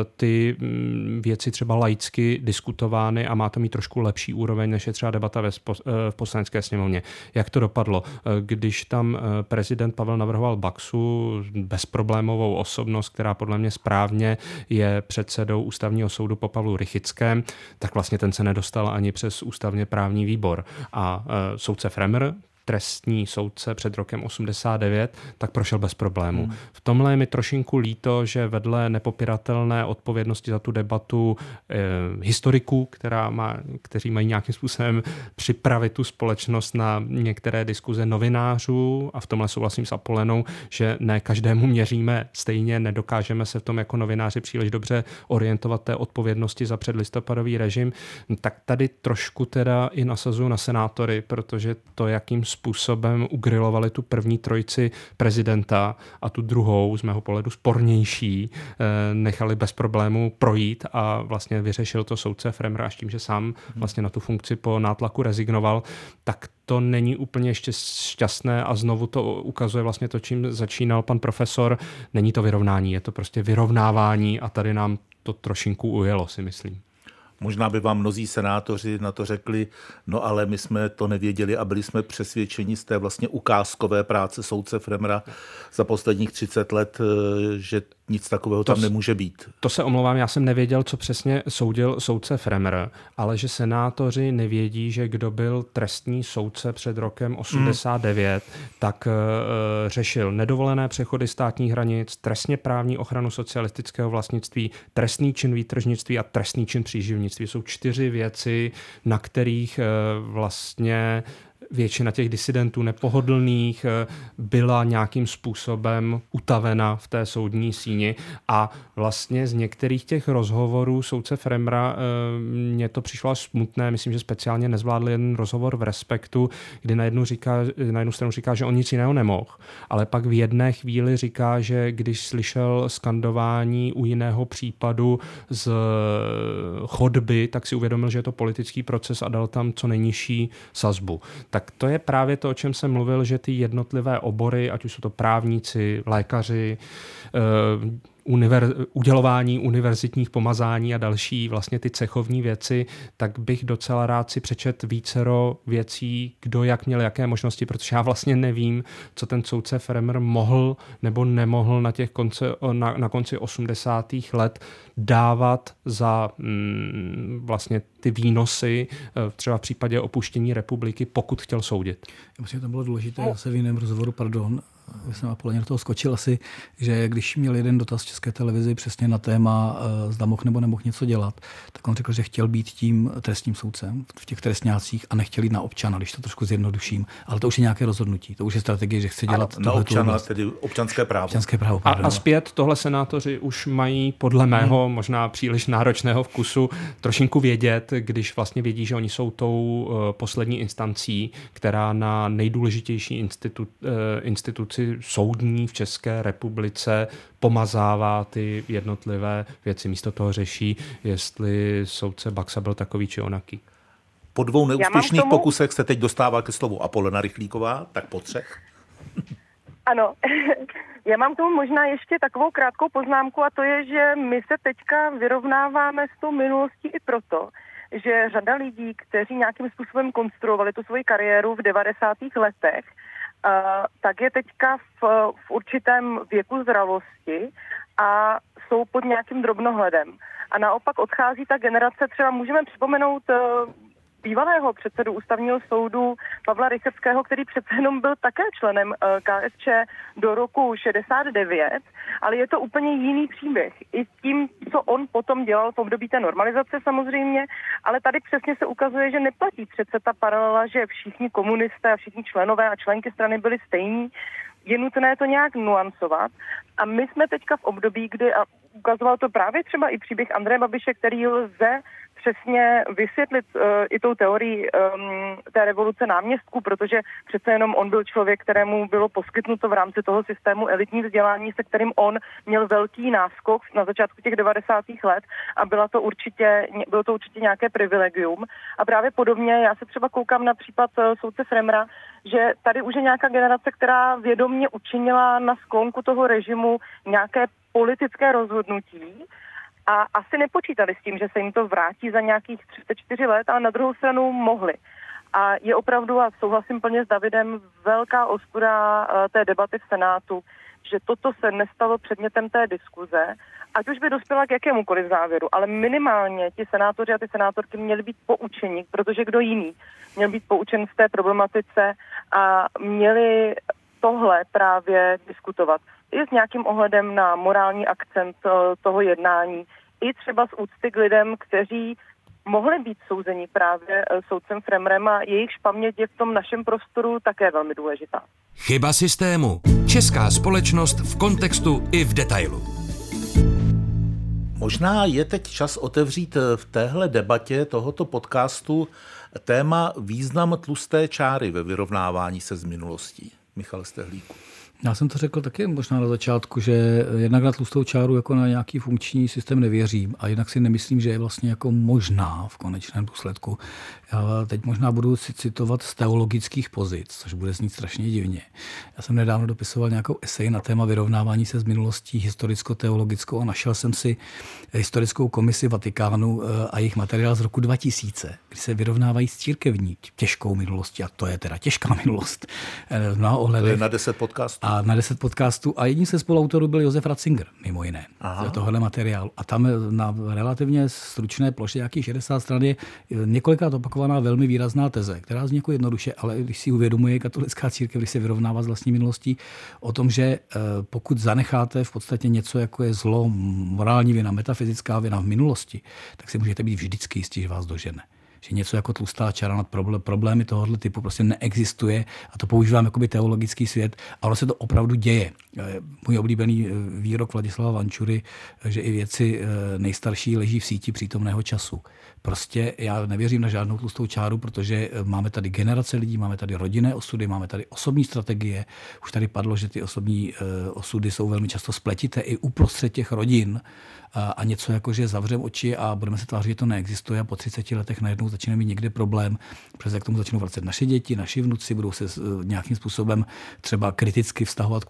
ty věci třeba laicky diskutovány a má to mít trošku lepší úroveň, než je třeba debata v Poslanecké sněmovně. Jak to dopadlo? Když tam prezident Pavel navrhoval Baxu, bezproblémovou osobnost, která podle mě správně je předsedou ústavního soudu po Pavlu Rychickém, tak vlastně ten se nedostal ani přes ústavně právní výbor. A soudce Fremr, trestní soudce před rokem 89, tak prošel bez problémů. V tomhle je mi trošinku líto, že vedle nepopiratelné odpovědnosti za tu debatu historiků, kteří mají nějakým způsobem připravit tu společnost na některé diskuze novinářů, a v tomhle souhlasím s Apolenou, že ne každému měříme stejně, nedokážeme se v tom jako novináři příliš dobře orientovat té odpovědnosti za předlistopadový režim, tak tady trošku teda i nasazuju na senátory, protože to, jakým způsobem ugrilovali tu první trojici prezidenta a tu druhou, z mého pohledu spornější, nechali bez problému projít a vlastně vyřešil to soudce Fremr až tím, že sám vlastně na tu funkci po nátlaku rezignoval, tak to není úplně ještě šťastné a znovu to ukazuje vlastně to, čím začínal pan profesor. Není to vyrovnání, je to prostě vyrovnávání a tady nám to trošinku ujelo, si myslím. Možná by vám mnozí senátoři na to řekli, no ale my jsme to nevěděli a byli jsme přesvědčeni z té vlastně ukázkové práce soudce Fremra za posledních 30 let, že nic takového tam nemůže být. To se omlouvám, já jsem nevěděl, co přesně soudil soudce Fremr, ale že senátoři nevědí, že kdo byl trestní soudce před rokem 89, tak řešil nedovolené přechody státních hranic, trestně právní ochranu socialistického vlastnictví, trestný čin výtržnictví a trestný čin příživnictví. Jsou 4 věci, na kterých vlastně většina těch disidentů nepohodlných byla nějakým způsobem utavena v té soudní síni a vlastně z některých těch rozhovorů soudce Fremra mně to přišlo až smutné, myslím, že speciálně nezvládl jeden rozhovor v Respektu, kdy na jednu stranu říká, že on nic jiného nemohl, ale pak v jedné chvíli říká, že když slyšel skandování u jiného případu z chodby, tak si uvědomil, že je to politický proces a dal tam co nejnižší sazbu. Tak to je právě to, o čem jsem mluvil, že ty jednotlivé obory, ať už jsou to právníci, lékaři, udělování univerzitních pomazání a další vlastně ty cechovní věci, tak bych docela rád si přečet vícero věcí, kdo jak měl jaké možnosti, protože já vlastně nevím, co ten soudce Fremer mohl nebo nemohl na konci 80. let dávat za vlastně ty výnosy, třeba v případě opuštění republiky, pokud chtěl soudit. Já myslím, že to bylo důležité, zase v jiném rozhovoru, já jsem Apollonier do toho skočil asi, že když měl jeden dotaz v České televizi přesně na téma, zda mohl nebo nemohl něco dělat, tak on řekl, že chtěl být tím trestním soudcem v těch trestňácích a nechtěl jít na občana, když to trošku zjednoduším. Ale to už je nějaké rozhodnutí, to už je strategie, že chce dělat na občana, tedy občanské právo. Občanské právo, a zpět tohle senátoři už mají podle mého možná příliš náročného vkusu trošinku vědět, když vlastně vědí, že oni jsou tou poslední instancí, která na nejdůležitější instituci soudní v České republice pomazává ty jednotlivé věci. Místo toho řeší, jestli soudce Baxa byl takový či onaký. Po 2 neúspěšných pokusech se teď dostává ke slovu Apolena Rychlíková, tak po 3. Ano, já mám k tomu možná ještě takovou krátkou poznámku, a to je, že my se teďka vyrovnáváme s tou minulostí i proto, že řada lidí, kteří nějakým způsobem konstruovali tu svoji kariéru v 90. letech, tak je teďka v určitém věku zralosti a jsou pod nějakým drobnohledem. A naopak odchází ta generace, třeba můžeme připomenout bývalého předsedu ústavního soudu Pavla Rychetského, který přece jenom byl také členem KSČ do roku 69, ale je to úplně jiný příběh. I s tím, co on potom dělal v období té normalizace samozřejmě, ale tady přesně se ukazuje, že neplatí přece ta paralela, že všichni komunisté a všichni členové a členky strany byli stejní. Je nutné to nějak nuancovat. A my jsme teďka v období, kdy, a ukazoval to právě třeba i příběh Andreje Babiše, který lze přesně vysvětlit i tou teorií té revoluce náměstků, protože přece jenom on byl člověk, kterému bylo poskytnuto v rámci toho systému elitní vzdělání, se kterým on měl velký náskok na začátku těch 90. let a bylo to určitě nějaké privilegium. A právě podobně, já se třeba koukám na případ soudce Fremera, že tady už je nějaká generace, která vědomě učinila na sklonku toho režimu nějaké politické rozhodnutí, a asi nepočítali s tím, že se jim to vrátí za nějakých 34 let, ale na druhou stranu mohli. A je opravdu, a souhlasím plně s Davidem, velká ostuda té debaty v Senátu, že toto se nestalo předmětem té diskuze, ať už by dospěla k jakémukoliv závěru, ale minimálně ti senátoři a ty senátorky měli být poučeni, protože kdo jiný měl být poučen v té problematice a měli tohle právě diskutovat. I s nějakým ohledem na morální akcent toho jednání, i třeba z úcty k lidem, kteří mohli být souzeni právě soudcem Fremerem a jejichž paměť je v tom našem prostoru také velmi důležitá. Chyba systému. Česká společnost v kontextu i v detailu. Možná je teď čas otevřít v téhle debatě tohoto podcastu téma význam tlusté čáry ve vyrovnávání se s minulostí. Michal Stehlíku. Já jsem to řekl taky možná na začátku, že jednak na tlustou čáru jako na nějaký funkční systém nevěřím a jednak si nemyslím, že je vlastně jako možná v konečném důsledku. Já teď možná budu si citovat z teologických pozic, což bude znít strašně divně. Já jsem nedávno dopisoval nějakou esej na téma vyrovnávání se s minulostí historicko-teologickou a našel jsem si historickou komisi Vatikánu a jejich materiál z roku 2000, kdy se vyrovnávají s církevní těžkou minulostí a to je teda těžká minulost. To je na 10 podcastů. A na 10 podcastů. A jedním ze spoluautorů byl Josef Ratzinger, mimo jiné, tohle materiálu. A tam na relativně stručné ploše, nějakých 60 stran, je několikrát opakovaná velmi výrazná teze, která zní jako jednoduše, ale když si uvědomuje katolická církev, když se vyrovnává s vlastní minulostí, o tom, že pokud zanecháte v podstatě něco, jako je zlo, morální vina, metafyzická vina v minulosti, tak si můžete být vždycky jistí, že vás dožene. Že něco jako tlustá čára nad problémy tohoto typu prostě neexistuje a to používám jakoby teologický svět a ono se to opravdu děje. Můj oblíbený výrok Vladislava Vančury, že i věci nejstarší leží v síti přítomného času. Prostě já nevěřím na žádnou tlustou čáru, protože máme tady generace lidí, máme tady rodinné osudy, máme tady osobní strategie. Už tady padlo, že ty osobní osudy jsou velmi často spletité i uprostřed těch rodin a něco jako, že zavřeme oči a budeme se tvářit, že to neexistuje a po 30 letech najednou začneme mít někde problém, protože k tomu začnou vracet naše děti, naši vnuci, budou se nějakým způsobem třeba kriticky vztahovat k tomu, co jsme my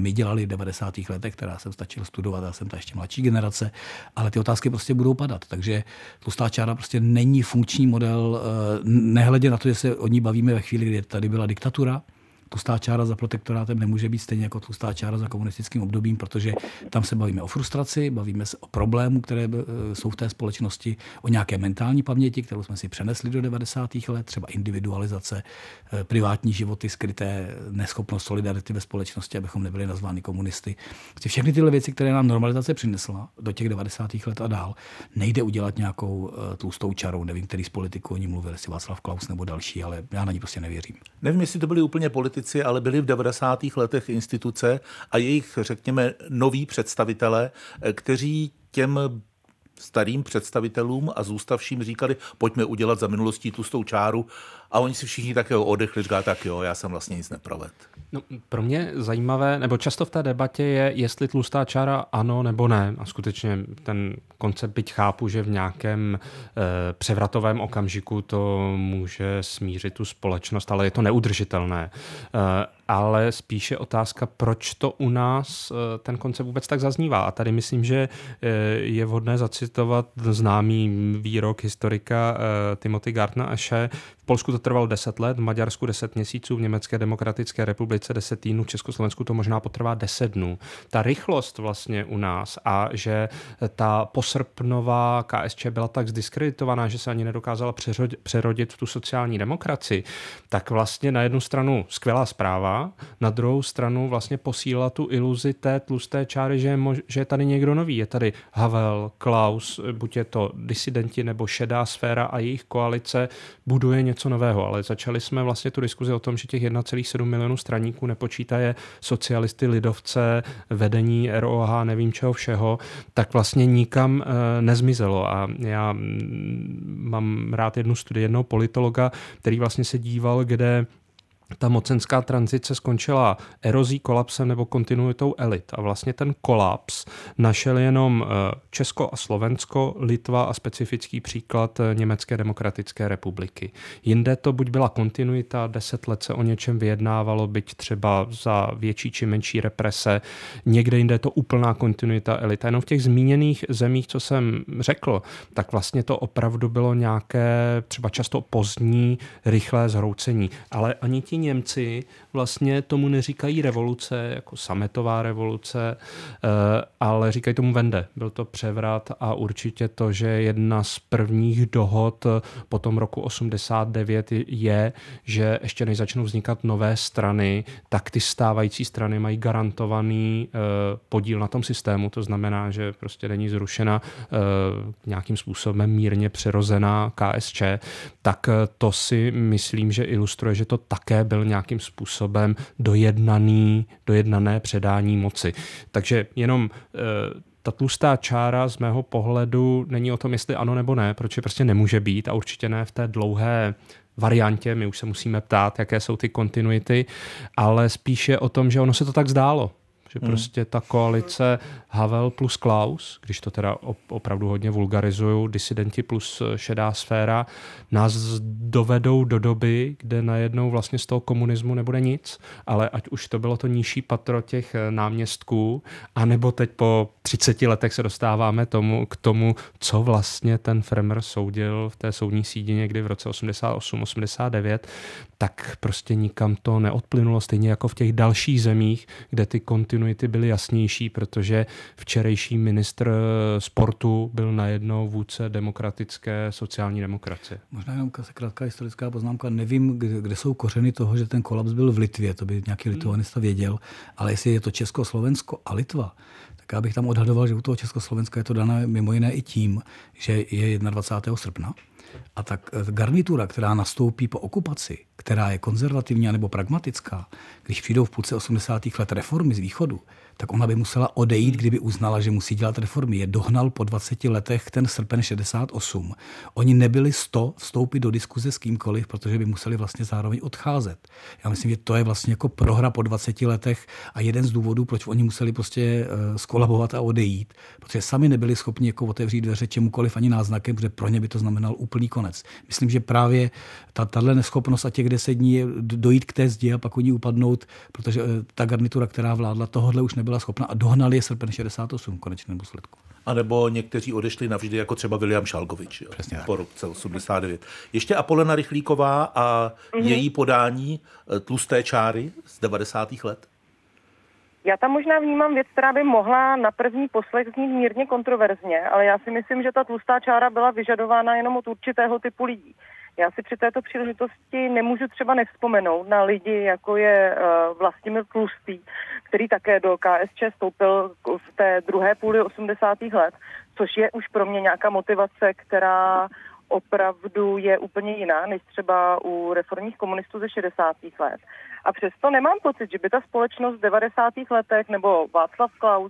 my dělali v 90. letech, která jsem stačil studovat, já jsem ta ještě mladší generace, ale ty otázky prostě budou padat. Takže tlustá čára prostě není funkční model, nehledě na to, že se o ní bavíme ve chvíli, kdy tady byla diktatura. Tlustá čára za protektorátem nemůže být stejně jako tlustá čára za komunistickým obdobím, protože tam se bavíme o frustraci, bavíme se o problémů, které jsou v té společnosti, o nějaké mentální paměti, kterou jsme si přenesli do 90. let, třeba individualizace, privátní životy, skryté neschopnost solidarity ve společnosti, abychom nebyli nazváni komunisty. Všechny tyhle věci, které nám normalizace přinesla do těch 90. let a dál, nejde udělat nějakou tlustou čarou. Nevím, který z politiků o ní mluvil, jestli Václav Klaus nebo další, ale já na ní prostě nevěřím. Nevím, jestli to byli úplně politici, ale byli v 90. letech instituce a jejich, řekněme, noví představitelé, kteří těm starým představitelům a zůstavším říkali, pojďme udělat za minulostí tlustou čáru, a oni si všichni tak odechli, říká, tak jo, já jsem vlastně nic neprovedl. No, pro mě zajímavé, nebo často v té debatě je, jestli tlustá čára ano nebo ne. A skutečně ten koncept, byť chápu, že v nějakém převratovém okamžiku to může smířit tu společnost, ale je to neudržitelné. Ale spíše otázka, proč to u nás ten koncept vůbec tak zaznívá. A tady myslím, že je vhodné zacitovat známý výrok historika Timothy Gartna-Ashe. V Polsku to trvalo 10 let, v Maďarsku 10 měsíců, v Německé demokratické republice 10 týdnů, v Československu to možná potrvá 10 dnů. Ta rychlost vlastně u nás a že ta posrpnová KSČ byla tak zdiskreditovaná, že se ani nedokázala přerodit v tu sociální demokracii, tak vlastně na jednu stranu skvělá zpráva, na druhou stranu vlastně posílá tu iluzi té tlusté čáry, že je tady někdo nový. Je tady Havel, Klaus, buď je to disidenti nebo šedá sféra a jejich koalice buduje něco nového, ale začali jsme vlastně tu diskuzi o tom, že těch 1,7 milionu straníků nepočítaje socialisty, lidovce, vedení ROH, nevím čeho všeho, tak vlastně nikam nezmizelo. A já mám rád jednu studii jednoho politologa, který vlastně se díval, kde ta mocenská tranzice skončila erozí, kolapsem nebo kontinuitou elit. A vlastně ten kolaps našel jenom Česko a Slovensko, Litva a specifický příklad Německé demokratické republiky. Jinde to buď byla kontinuita, 10 let se o něčem vyjednávalo, byť třeba za větší či menší represe, někde jinde je to úplná kontinuita elit. A jenom v těch zmíněných zemích, co jsem řekl, tak vlastně to opravdu bylo nějaké třeba často pozdní, rychlé zhroucení. Ale ani ti Němci vlastně tomu neříkají revoluce, jako sametová revoluce, ale říkají tomu Wende. Byl to převrat a určitě to, že jedna z prvních dohod po tom roku 89 je, že ještě než začnou vznikat nové strany, tak ty stávající strany mají garantovaný podíl na tom systému. To znamená, že prostě není zrušena nějakým způsobem mírně přirozená KSČ. Tak to si myslím, že ilustruje, že to také byl nějakým způsobem dojednané předání moci. Takže jenom ta tlustá čára z mého pohledu není o tom, jestli ano nebo ne, protože prostě nemůže být a určitě ne v té dlouhé variantě, my už se musíme ptát, jaké jsou ty kontinuity, ale spíše o tom, že ono se to tak zdálo. Že prostě ta koalice Havel plus Klaus, když to teda opravdu hodně vulgarizuju, disidenti plus šedá sféra, nás dovedou do doby, kde najednou vlastně z toho komunismu nebude nic, ale ať už to bylo to nižší patro těch náměstků, anebo teď po 30 letech se dostáváme k tomu, co vlastně ten Fremer soudil v té soudní sídi někdy v roce 88-89, tak prostě nikam to neodplynulo, stejně jako v těch dalších zemích, kde ty kontinuity byly jasnější, protože včerejší ministr sportu byl najednou vůdce demokratické sociální demokracie. Možná jenom krátká historická poznámka. Nevím, kde jsou kořeny toho, že ten kolaps byl v Litvě, to by nějaký litovanista věděl, ale jestli je to Česko, Slovensko a Litva, tak já bych tam odhadoval, že u toho Československa je to dané mimo jiné i tím, že je 21. srpna. A tak garnitura, která nastoupí po okupaci, která je konzervativní nebo pragmatická, když přijdou v půlce 80. let reformy z východu, tak ona by musela odejít, kdyby uznala, že musí dělat reformy. Je dohnal po 20 letech ten srpen 68. Oni nebyli 100 vstoupit do diskuze s kýmkoliv, protože by museli vlastně zároveň odcházet. Já myslím, že to je vlastně jako prohra po 20 letech a jeden z důvodů, proč oni museli prostě skolabovat a odejít, protože sami nebyli schopni jako otevřít dveře čemukoliv ani náznakem, protože pro ně by to znamenal úplný úplný konec. Myslím, že právě tahle neschopnost a těch 10 dní je dojít k té zdi a pak od ní upadnout, protože ta garnitura, která vládla, tohodle už nebyla schopna a dohnali je srpen 68 v konečném důsledku. A nebo někteří odešli navždy, jako třeba William Šalgovič, po roce 89. Ještě Apolena Rychlíková a její podání tlusté čáry z 90. let? Já tam možná vnímám věc, která by mohla na první poslech znít mírně kontroverzně, ale já si myslím, že ta tlustá čára byla vyžadována jenom od určitého typu lidí. Já si při této příležitosti nemůžu třeba nevzpomenout na lidi, jako je Vlastimil Tlustý, který také do KSČ vstoupil v té druhé půli 80. let, což je už pro mě nějaká motivace, která opravdu je úplně jiná, než třeba u reformních komunistů ze 60. let. A přesto nemám pocit, že by ta společnost v 90. letech nebo Václav Klaus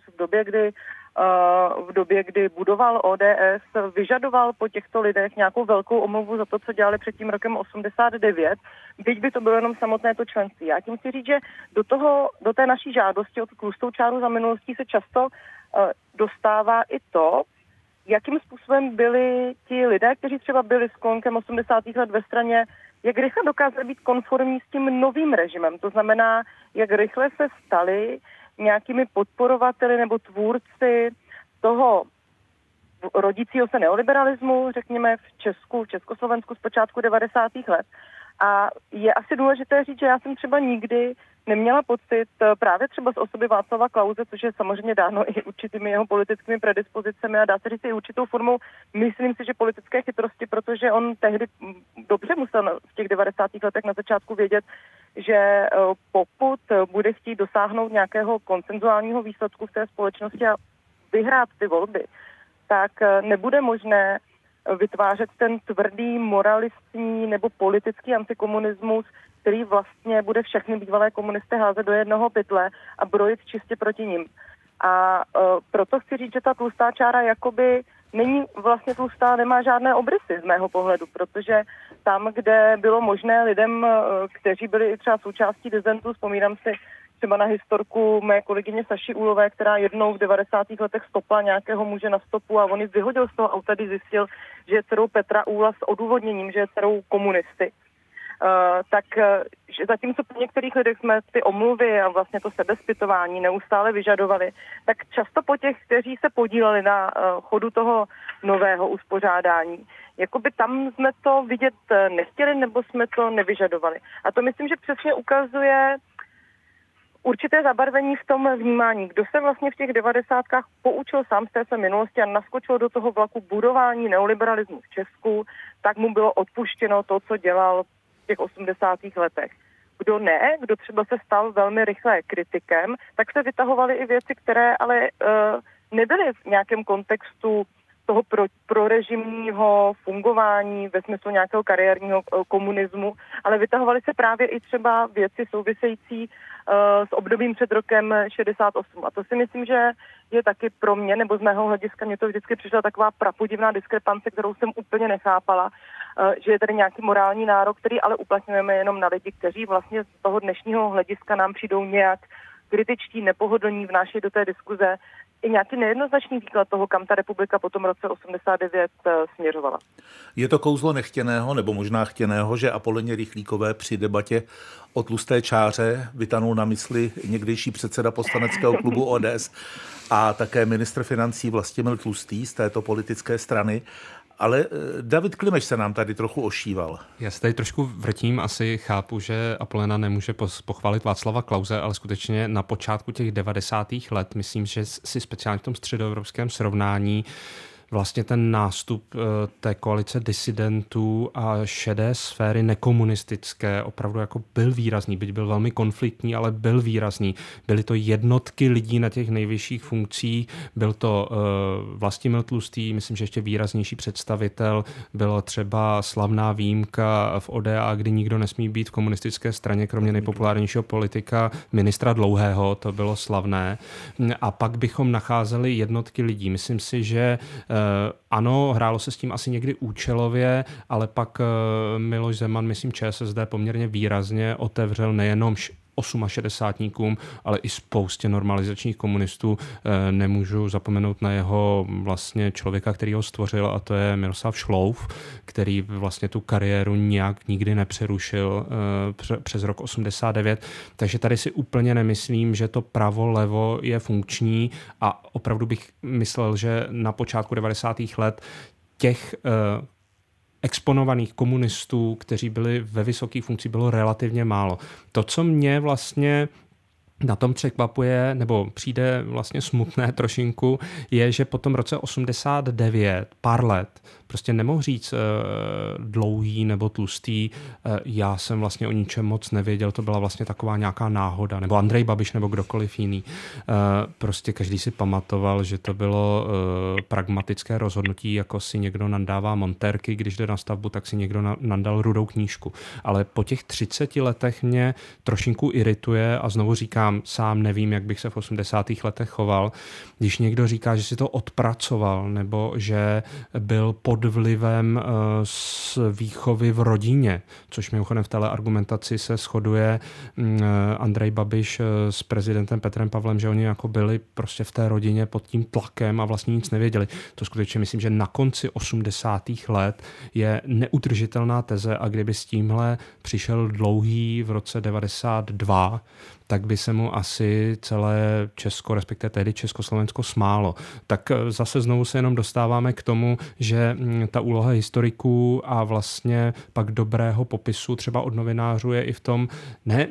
v době, kdy budoval ODS, vyžadoval po těchto lidech nějakou velkou omluvu za to, co dělali před tím rokem 89, byť by to bylo jenom samotné to členství. Já tím chci říct, že do té naší žádosti o tu tlustou čáru za minulostí se často dostává i to, jakým způsobem byli ti lidé, kteří třeba byli sklonkem 80. let ve straně, jak rychle dokázali být konformní s tím novým režimem. To znamená, jak rychle se stali nějakými podporovateli nebo tvůrci toho rodícího se neoliberalismu, řekněme v Československu z počátku 90. let. A je asi důležité říct, že já jsem třeba nikdy neměla pocit právě třeba z osoby Václava Klause, což je samozřejmě dáno i určitými jeho politickými predispozicemi a dá se říct i určitou formou, myslím si, že politické chytrosti, protože on tehdy dobře musel v těch 90. letech na začátku vědět, že pokud bude chtít dosáhnout nějakého konsenzuálního výsledku v té společnosti a vyhrát ty volby, tak nebude možné vytvářet ten tvrdý moralistní nebo politický antikomunismus, který vlastně bude všechny bývalé komunisty házet do jednoho pytle a brojit čistě proti nim. A proto chci říct, že ta tlustá čára jakoby není vlastně tlustá, nemá žádné obrysy z mého pohledu, protože tam, kde bylo možné lidem, kteří byli třeba součástí disentu, vzpomínám si třeba na historku mé kolegyně Saši Úlové, která jednou v 90. letech stopla nějakého muže na stopu a on ji vyhodil z toho auta, když zjistil, že je dcerou Petra Úla s odůvodněním, že je dcerou komunisty. Tak že zatímco po některých lidech jsme ty omluvy a vlastně to sebezpytování neustále vyžadovali, tak často po těch, kteří se podíleli na chodu toho nového uspořádání, jakoby tam jsme to vidět nechtěli nebo jsme to nevyžadovali. A to myslím, že přesně ukazuje určité zabarvení v tom vnímání. Kdo se vlastně v těch 90kách poučil sám z té své minulosti a naskočil do toho vlaku budování neoliberalismu v Česku, tak mu bylo odpuštěno to, co dělal v těch 80. letech. Kdo ne, kdo třeba se stal velmi rychle kritikem, tak se vytahovaly i věci, které ale nebyly v nějakém kontextu toho prorežimního fungování ve smyslu nějakého kariérního komunismu, ale vytahovaly se právě i třeba věci související s obdobím před rokem 68. A to si myslím, že je taky pro mě, nebo z mého hlediska, mě to vždycky přišla taková prapodivná diskrepance, kterou jsem úplně nechápala, že je tady nějaký morální nárok, který ale uplatňujeme jenom na lidi, kteří vlastně z toho dnešního hlediska nám přijdou nějak kritičtí, nepohodlní, vnášejí do té diskuze i nějaký nejednoznačný výklad toho, kam ta republika po tom roce 89 směřovala. Je to kouzlo nechtěného, nebo možná chtěného, že Apoleně Rychlíkové při debatě o tlusté čáře vytanul na mysli někdejší předseda poslaneckého klubu ODS a také ministr financí Vlastimil Tlustý z této politické strany. Ale David Klimeš se nám tady trochu ošíval. Já se tady trošku vrtím, asi chápu, že Apolena nemůže pochválit Václava Klause, ale skutečně na počátku těch 90. let, myslím, že si speciálně v tom středoevropském srovnání vlastně ten nástup té koalice disidentů a šedé sféry nekomunistické opravdu jako byl výrazný, byť byl velmi konfliktní, ale byl výrazný. Byly to jednotky lidí na těch nejvyšších funkcích, byl to Vlastimil Tlustý, myslím, že ještě výraznější představitel, byla třeba slavná výjimka v ODA, kdy nikdo nesmí být v komunistické straně, kromě nejpopulárnějšího politika ministra Dlouhého, to bylo slavné. A pak bychom nacházeli jednotky lidí. Myslím si, že ano, hrálo se s tím asi někdy účelově, ale pak Miloš Zeman, myslím ČSSD, poměrně výrazně otevřel nejenom 68níkům, ale i spoustě normalizačních komunistů. Nemůžu zapomenout na jeho vlastně člověka, který ho stvořil, a to je Miroslav Šlouf, který vlastně tu kariéru nějak nikdy nepřerušil přes rok 89. Takže tady si úplně nemyslím, že to pravo-levo je funkční a opravdu bych myslel, že na počátku 90. let těch exponovaných komunistů, kteří byli ve vysokých funkcích, bylo relativně málo. To, co mě vlastně na tom překvapuje, nebo přijde vlastně smutné trošinku, je, že po tom roce 89, pár let, prostě nemohu říct dlouhý nebo tlustý, já jsem vlastně o ničem moc nevěděl, to byla vlastně taková nějaká náhoda, nebo Andrej Babiš, nebo kdokoliv jiný. Prostě každý si pamatoval, že to bylo pragmatické rozhodnutí, jako si někdo nandává montérky, když jde na stavbu, tak si někdo nandal rudou knížku. Ale po těch 30 letech mě trošinku irituje a znovu říkám, sám nevím, jak bych se v 80. letech choval, když někdo říká, že si to odpracoval, nebo že byl pod vlivem z výchovy v rodině, což mimochodem v téhle argumentaci se shoduje Andrej Babiš s prezidentem Petrem Pavlem, že oni jako byli prostě v té rodině pod tím tlakem a vlastně nic nevěděli. To skutečně myslím, že na konci 80. let je neudržitelná teze a kdyby s tímhle přišel Dlouhý v roce 92, tak by se mu asi celé Česko, respektive tehdy Československo smálo. Tak zase znovu se jenom dostáváme k tomu, že ta úloha historiků a vlastně pak dobrého popisu třeba od novinářů je i v tom ne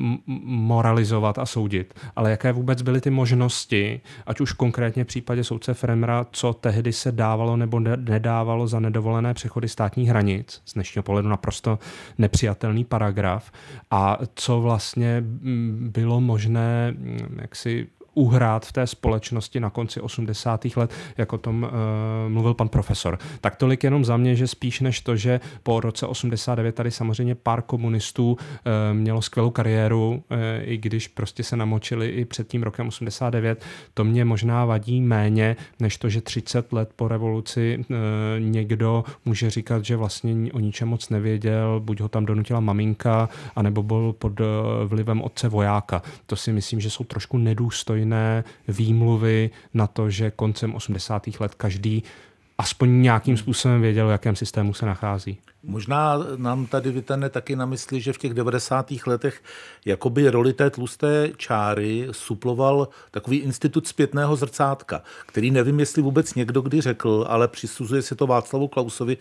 moralizovat a soudit, ale jaké vůbec byly ty možnosti, ať už konkrétně v případě soudce Fremra, co tehdy se dávalo nebo nedávalo za nedovolené přechody státních hranic, z dnešního pohledu naprosto nepřijatelný paragraf, a co vlastně bylo možné jaksi uhrát v té společnosti na konci 80. let, jak o tom mluvil pan profesor. Tak tolik jenom za mě, že spíš než to, že po roce 89 tady samozřejmě pár komunistů mělo skvělou kariéru, i když prostě se namočili i před tím rokem 89, to mě možná vadí méně, než to, že 30 let po revoluci někdo může říkat, že vlastně o ničem moc nevěděl, buď ho tam donutila maminka, anebo byl pod vlivem otce vojáka. To si myslím, že jsou trošku nedůstojné výmluvy na to, že koncem 80. let každý aspoň nějakým způsobem věděl, v jakém systému se nachází. Možná nám tady vytane taky na mysli, že v těch 90. letech jakoby roli té tlusté čáry suploval takový institut zpětného zrcátka, který nevím, jestli vůbec někdo kdy řekl, ale přisuzuje se to Václavu Klausovi,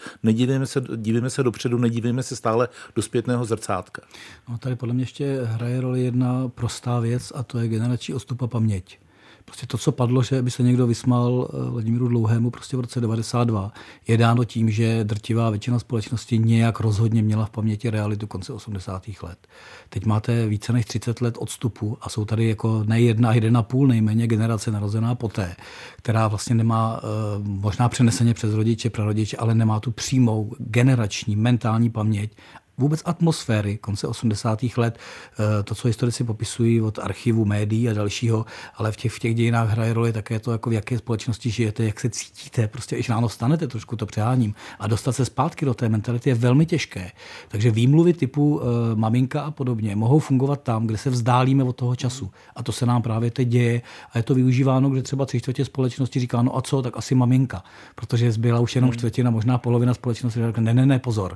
dívíme se dopředu, nedívíme se stále do zpětného zrcátka. No, tady podle mě ještě hraje roli jedna prostá věc a to je generační odstup a paměť. Prostě to, co padlo, že by se někdo vysmál Vladimíru Dlouhému prostě v roce 92, je dáno tím, že drtivá většina společnosti nějak rozhodně měla v paměti realitu konce 80. let. Teď máte více než 30 let odstupu a jsou tady jako ne 1,5 nejméně generace narozená poté, která vlastně nemá možná přeneseně přes rodiče, prarodiče, ale nemá tu přímou generační mentální paměť, vůbec atmosféry konce 80. let, to, co historici popisují od archivu, médií a dalšího, ale v těch dějinách hraje roli také to, jako v jaké společnosti žijete, jak se cítíte, prostě když ráno vstanete, trošku to přeháním, a dostat se zpátky do té mentality je velmi těžké. Takže výmluvy typu maminka a podobně mohou fungovat tam, kde se vzdálíme od toho času. A to se nám právě teď děje a je to využíváno, kde třeba 3/4 společnosti říká, no a co, tak asi maminka, protože zbyla už jenom čtvrtina, možná polovina společnosti, říká, ne, pozor.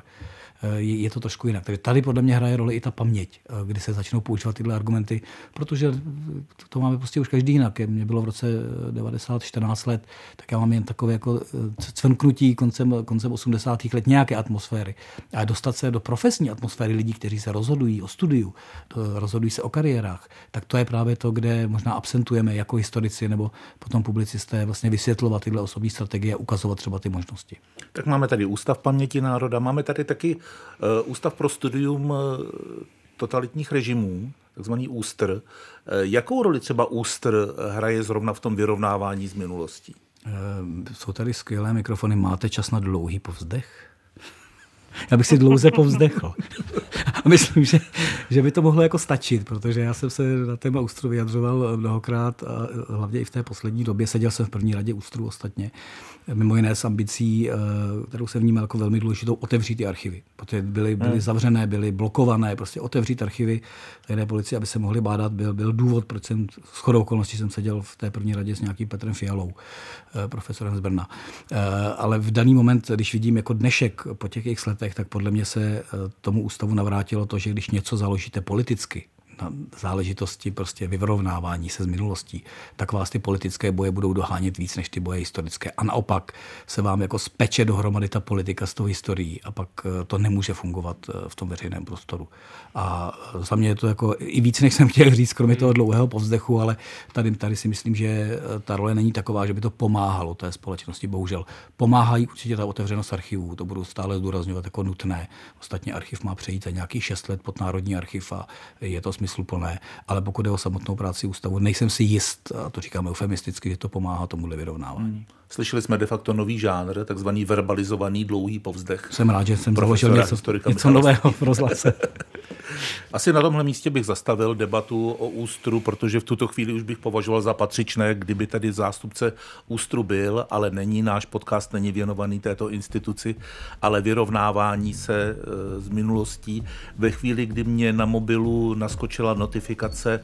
Je to trošku jinak. Takže tady podle mě hraje roli i ta paměť, kdy se začnou používat tyhle argumenty, protože to máme prostě už každý jinak. Mně bylo v roce 90 14 let, tak já mám jen takové jako cvrknutí koncem 80. let nějaké atmosféry. A dostat se do profesní atmosféry lidí, kteří se rozhodují o studiu, rozhodují se o kariérách, tak to je právě to, kde možná absentujeme jako historici nebo potom publicisté vlastně vysvětlovat tyhle osobní strategie a ukazovat třeba ty možnosti. Tak máme tady Ústav paměti národa, máme tady taky Ústav pro studium totalitních režimů, takzvaný ÚSTR. Jakou roli třeba ÚSTR hraje zrovna v tom vyrovnávání z minulostí? Jsou tady skvělé mikrofony. Máte čas na dlouhý povzdech? Já bych si dlouze povzdechl. A myslím, že že by to mohlo jako stačit, protože já jsem se na téma ÚSTRu vyjadřoval mnohokrát a hlavně i v té poslední době. Seděl jsem v první radě ÚSTRu ostatně, mimo jiné s ambicí, kterou jsem vnímal jako velmi důležitou, otevřít ty archivy. Protože byly zavřené, byly blokované, prostě otevřít archivy tajné policie, aby se mohly bádat, byl důvod, proč jsem shodou okolností jsem seděl v té první radě s nějakým Petrem Fialou, profesorem z Brna. Ale v daný moment, když vidím jako dnešek po těch x letech, tak podle mě se tomu ústavu navrátilo to, že když něco založíte politicky, na záležitosti prostě vyrovnávání se z minulostí, tak vás ty politické boje budou dohánět víc než ty boje historické. A naopak se vám jako speče dohromady ta politika s tou historií a pak to nemůže fungovat v tom veřejném prostoru. A za mě je to jako i víc, než jsem chtěl říct, kromě toho dlouhého povzdechu, ale tady si myslím, že ta role není taková, že by to pomáhalo té společnosti. Bohužel pomáhají určitě ta otevřenost archivů, to budu stále zdůrazňovat jako nutné. Ostatně archiv má přejít za nějakých 6 let pod Národní archiv a je to smysluplné, ale pokud je o samotnou práci ústavu, nejsem si jist, a to říkáme eufemisticky, že to pomáhá tomuhle vyrovnávání. Slyšeli jsme de facto nový žánr, takzvaný verbalizovaný dlouhý povzdech. Jsem rád, že jsem založil něco nového v rozhlase. Asi na tomhle místě bych zastavil debatu o ÚSTRu, protože v tuto chvíli už bych považoval za patřičné, kdyby tady zástupce ÚSTRu byl, ale není, náš podcast není věnovaný této instituci, ale vyrovnávání se z minulostí. Ve chvíli, kdy mě na mobilu naskočila notifikace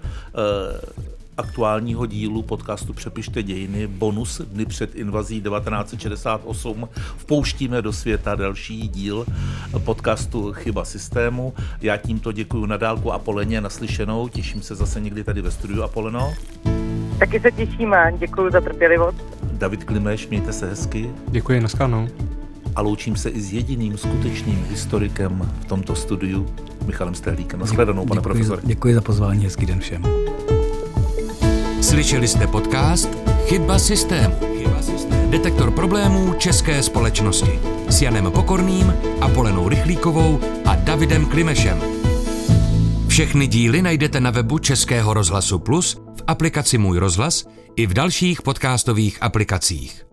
aktuálního dílu podcastu Přepište dějiny, bonus Dny před invazí 1968. Vpouštíme do světa další díl podcastu Chyba systému. Já tímto děkuji na dálku Apoleně, naslyšenou. Těším se zase někdy tady ve studiu. Apoleno. Taky se těšíme. Děkuji za trpělivost. David Klimeš, mějte se hezky. Děkuji, nashledanou. A loučím se i s jediným skutečným historikem v tomto studiu, Michalem Stehlíkem. Nashledanou, pane profesore. Děkuji za pozvání, hezký den všem. Slyšeli jste podcast Chyba systému. Detektor problémů české společnosti s Janem Pokorným, Apolenou Rychlíkovou a Davidem Klimešem. Všechny díly najdete na webu Českého rozhlasu Plus, v aplikaci Můj rozhlas i v dalších podcastových aplikacích.